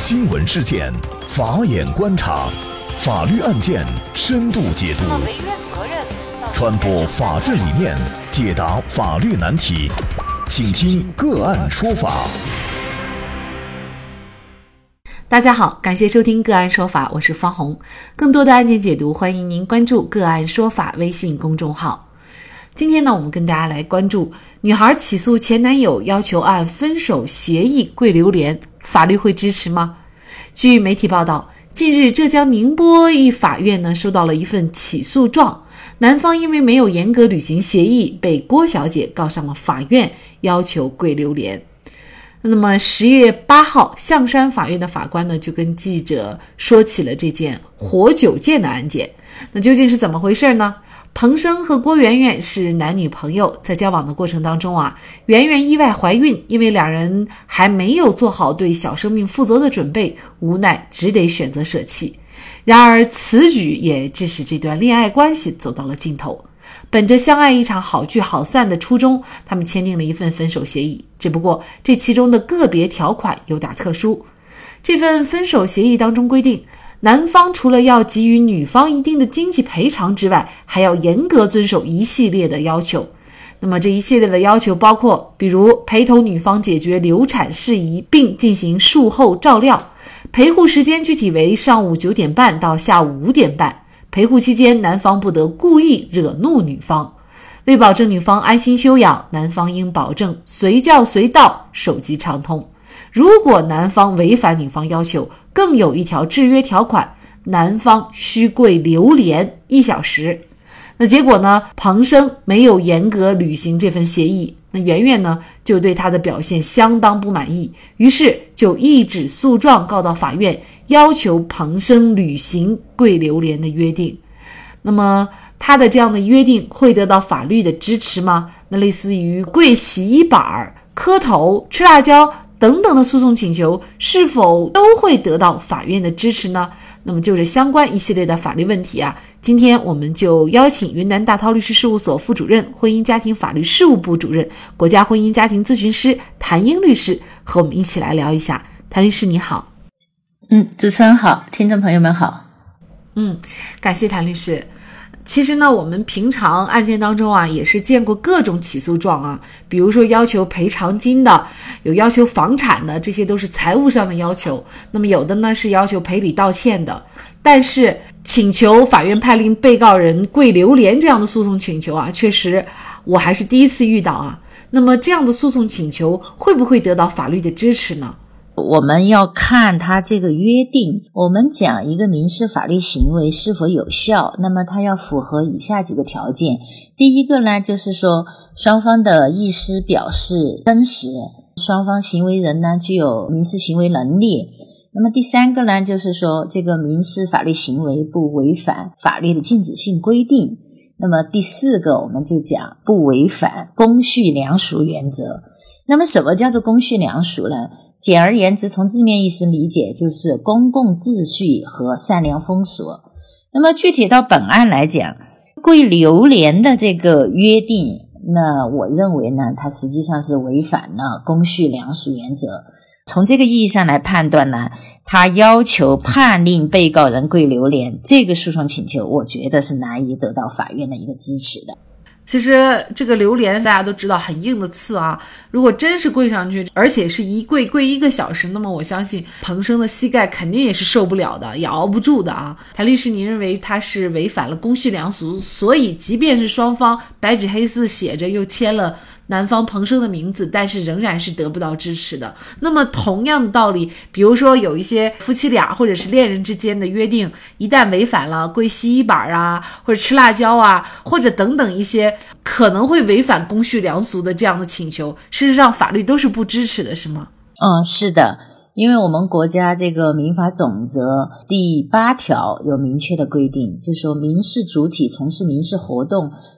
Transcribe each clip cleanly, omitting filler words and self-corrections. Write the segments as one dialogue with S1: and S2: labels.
S1: 新闻事件，法眼观察，法律案件深度解读，传播法治理念，解答法律难题，请听个案说法。
S2: 大家好，感谢收听个案说法，我是方红。更多的案件解读，欢迎您关注个案说法微信公众号。今天呢，我们跟大家来关注女孩起诉前男友要求按分手协议跪榴莲，法律会支持吗？据媒体报道，近日浙江宁波一法院呢收到了一份起诉状，男方因为没有严格履行协议，被郭小姐告上了法院，要求跪榴莲。那么10月8号，象山法院的法官呢就跟记者说起了这件活久见的案件。那究竟是怎么回事呢？彭生和郭圆圆是男女朋友，在交往的过程当中啊，圆圆意外怀孕，因为两人还没有做好对小生命负责的准备，无奈只得选择舍弃。然而此举也致使这段恋爱关系走到了尽头。本着相爱一场好聚好散的初衷，他们签订了一份分手协议，只不过这其中的个别条款有点特殊。这份分手协议当中规定，男方除了要给予女方一定的经济赔偿之外，还要严格遵守一系列的要求。那么这一系列的要求包括，比如陪同女方解决流产事宜，并进行术后照料，陪护时间具体为上午9点半到下午5点半，陪护期间男方不得故意惹怒女方。为保证女方安心休养，男方应保证随叫随到，手机畅通。如果男方违反女方要求，更有一条制约条款，男方需跪榴莲1小时。那结果呢，彭生没有严格履行这份协议，那圆圆呢就对他的表现相当不满意，于是就一纸诉状告到法院，要求彭生履行跪榴莲的约定。那么他的这样的约定会得到法律的支持吗？那类似于跪洗衣板、磕头、吃辣椒等等的诉讼请求，是否都会得到法院的支持呢？那么就这相关一系列的法律问题啊，今天我们就邀请云南大韬律师事务所副主任、婚姻家庭法律事务部主任、国家婚姻家庭咨询师谭英律师和我们一起来聊一下。谭律师你好。
S3: 主持人好，听众朋友们好。
S2: 感谢谭律师。其实呢，我们平常案件当中啊，也是见过各种起诉状啊，比如说要求赔偿金的，有要求房产的，这些都是财务上的要求。那么有的呢是要求赔礼道歉的，但是请求法院判令被告人跪榴莲这样的诉讼请求啊，确实我还是第一次遇到啊。那么这样的诉讼请求会不会得到法律的支持呢？
S3: 我们要看它这个约定，我们讲一个民事法律行为是否有效，那么它要符合以下几个条件。第一个呢，就是说双方的意思表示真实，双方行为人呢具有民事行为能力。那么第三个呢，就是说这个民事法律行为不违反法律的禁止性规定。那么第四个，我们就讲不违反公序良俗原则。那么什么叫做公序良俗呢？简而言之，从字面意思理解，就是公共秩序和善良风俗。那么具体到本案来讲，跪榴莲的这个约定，那我认为呢，它实际上是违反了公序良俗原则。从这个意义上来判断呢，他要求判令被告人跪榴莲，这个诉讼请求我觉得是难以得到法院的一个支持的。
S2: 其实这个榴莲大家都知道很硬的刺啊，如果真是跪上去，而且是一跪1个小时，那么我相信彭生的膝盖肯定也是受不了的，也熬不住的啊。谭律师，您认为他是违反了公序良俗，所以即便是双方白纸黑字写着又签了男方彭生的名字，但是仍然是得不到支持的。那么同样的道理，比如说有一些夫妻俩或者是恋人之间的约定，一旦违反了跪洗衣板啊，或者吃辣椒啊，或者等等一些可能会违反公序良俗的这样的请求，事实上法律都是不支持的，是吗？
S3: 是的，因为我们国家这个民法总则第8条有明确的规定，就是说民事主体从事民事活动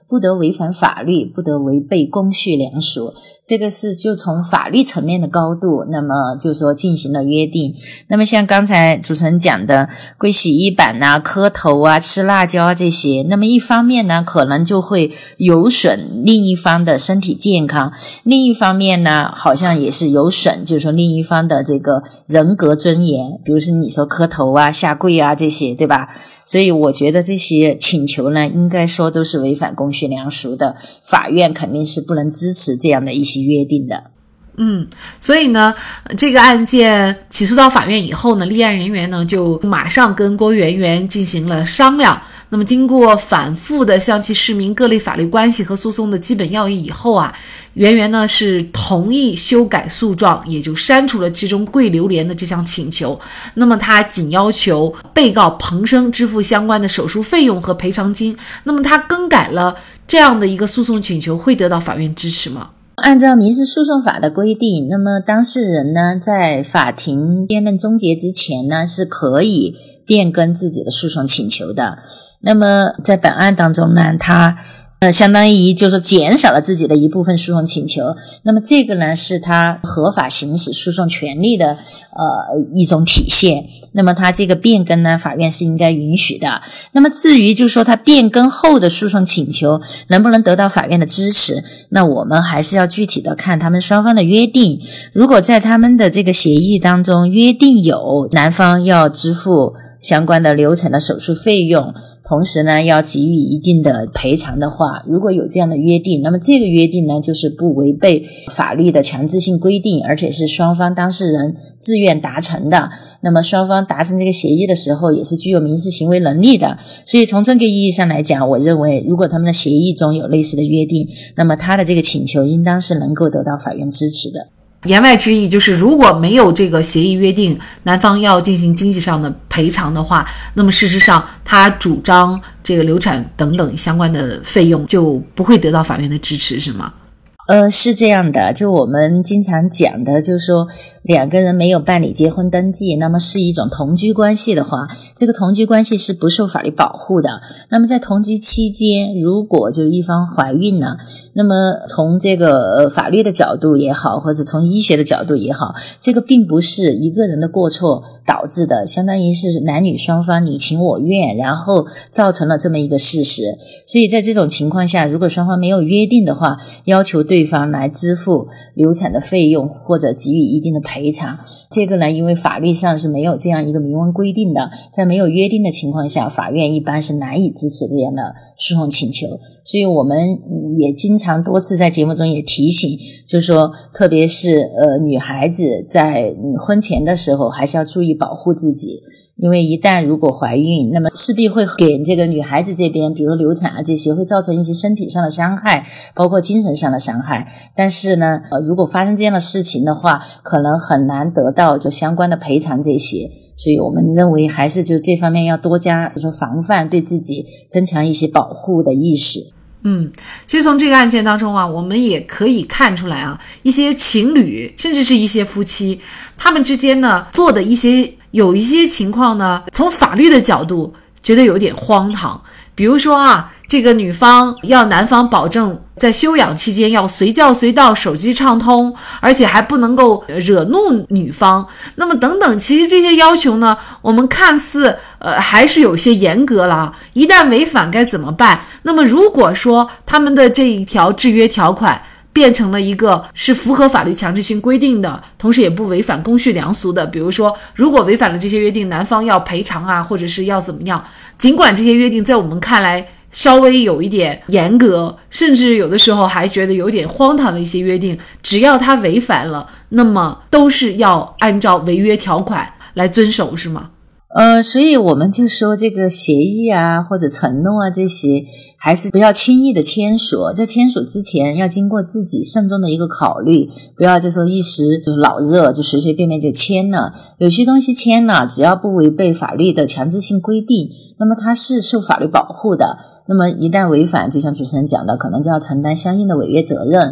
S3: 不得违反法律，不得违背公序良俗。这个是就从法律层面的高度，那么就说进行了约定。那么像刚才主持人讲的跪洗衣板啊、磕头啊、吃辣椒啊这些，那么一方面呢可能就会有损另一方的身体健康，另一方面呢好像也是有损就是说另一方的这个人格尊严，比如说你说磕头啊、下跪啊这些，对吧？所以我觉得这些请求呢应该说都是违反公序良俗的，法院肯定是不能支持这样的一些约定的。
S2: 所以呢，这个案件起诉到法院以后呢，立案人员呢就马上跟郭媛媛进行了商量。那么经过反复的向其释明各类法律关系和诉讼的基本要义以后啊，媛媛呢是同意修改诉状，也就删除了其中跪榴莲的这项请求。那么他仅要求被告彭生支付相关的手术费用和赔偿金。那么他更改了这样的一个诉讼请求，会得到法院支持吗？
S3: 按照民事诉讼法的规定，那么当事人呢在法庭辩论终结之前呢是可以变更自己的诉讼请求的。那么在本案当中呢，他相当于就是说减少了自己的一部分诉讼请求，那么这个呢是他合法行使诉讼权利的一种体现。那么他这个变更呢，法院是应该允许的。那么至于就是说他变更后的诉讼请求能不能得到法院的支持，那我们还是要具体的看他们双方的约定。如果在他们的这个协议当中约定有男方要支付相关的流程的手术费用，同时呢要给予一定的赔偿的话，如果有这样的约定，那么这个约定呢就是不违背法律的强制性规定，而且是双方当事人自愿达成的。那么双方达成这个协议的时候也是具有民事行为能力的。所以从这个意义上来讲，我认为如果他们的协议中有类似的约定，那么他的这个请求应当是能够得到法院支持的。
S2: 言外之意就是，如果没有这个协议约定，男方要进行经济上的赔偿的话，那么事实上他主张这个流产等等相关的费用就不会得到法院的支持，是吗？
S3: 是这样的，就我们经常讲的，就是说两个人没有办理结婚登记，那么是一种同居关系的话，这个同居关系是不受法律保护的。那么在同居期间，如果就是一方怀孕了，那么从这个法律的角度也好，或者从医学的角度也好，这个并不是一个人的过错导致的，相当于是男女双方你情我愿，然后造成了这么一个事实。所以在这种情况下，如果双方没有约定的话，要求对方来支付流产的费用或者给予一定的赔偿，这个呢因为法律上是没有这样一个明文规定的，在没有约定的情况下，法院一般是难以支持这样的诉讼请求。所以我们也经常多次在节目中也提醒，就是说特别是女孩子在婚前的时候还是要注意保护自己。因为一旦如果怀孕，那么势必会给这个女孩子这边比如流产啊这些会造成一些身体上的伤害，包括精神上的伤害。但是呢如果发生这样的事情的话，可能很难得到就相关的赔偿这些。所以我们认为还是就这方面要多加就是说防范，对自己增强一些保护的意识。
S2: 其实从这个案件当中啊，我们也可以看出来啊，一些情侣甚至是一些夫妻，他们之间呢做的有一些情况呢，从法律的角度觉得有点荒唐。比如说啊，这个女方要男方保证在休养期间要随叫随到，手机畅通，而且还不能够惹怒女方，那么等等，其实这些要求呢，我们看似还是有些严格了，一旦违反该怎么办？那么如果说他们的这一条制约条款变成了一个是符合法律强制性规定的，同时也不违反公序良俗的，比如说如果违反了这些约定，男方要赔偿啊，或者是要怎么样，尽管这些约定在我们看来稍微有一点严格，甚至有的时候还觉得有点荒唐的一些约定，只要他违反了，那么都是要按照违约条款来遵守，是吗？
S3: 所以我们就说这个协议啊或者承诺啊这些还是不要轻易的签署，在签署之前要经过自己慎重的一个考虑，不要就说一时就是老热就随随便便就签了。有些东西签了只要不违背法律的强制性规定，那么它是受法律保护的，那么一旦违反，就像主持人讲的，可能就要承担相应的违约责任。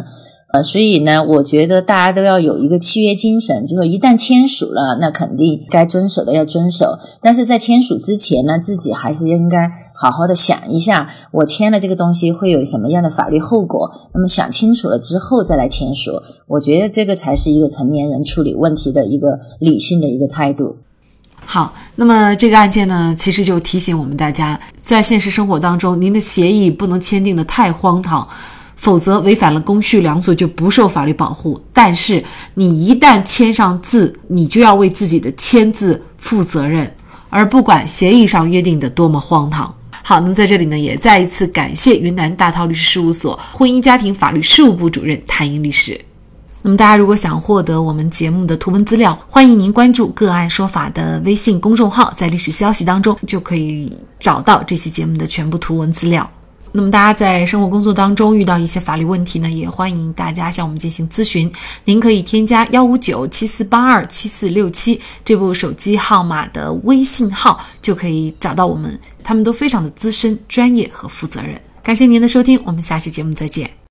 S3: 所以呢，我觉得大家都要有一个契约精神，就是说一旦签署了，那肯定该遵守的要遵守。但是在签署之前呢，自己还是应该好好的想一下，我签了这个东西会有什么样的法律后果，那么想清楚了之后再来签署。我觉得这个才是一个成年人处理问题的一个理性的一个态度。
S2: 好，那么这个案件呢，其实就提醒我们大家，在现实生活当中，您的协议不能签订的太荒唐，否则违反了公序良俗就不受法律保护。但是你一旦签上字，你就要为自己的签字负责任，而不管协议上约定的多么荒唐。好，那么在这里呢，也再一次感谢云南大韬律师事务所婚姻家庭法律事务部主任谭英律师。那么大家如果想获得我们节目的图文资料，欢迎您关注个案说法的微信公众号，在历史消息当中就可以找到这期节目的全部图文资料。那么大家在生活工作当中遇到一些法律问题呢，也欢迎大家向我们进行咨询。您可以添加15974827467这部手机号码的微信号，就可以找到我们，他们都非常的资深、专业和负责任。感谢您的收听，我们下期节目再见。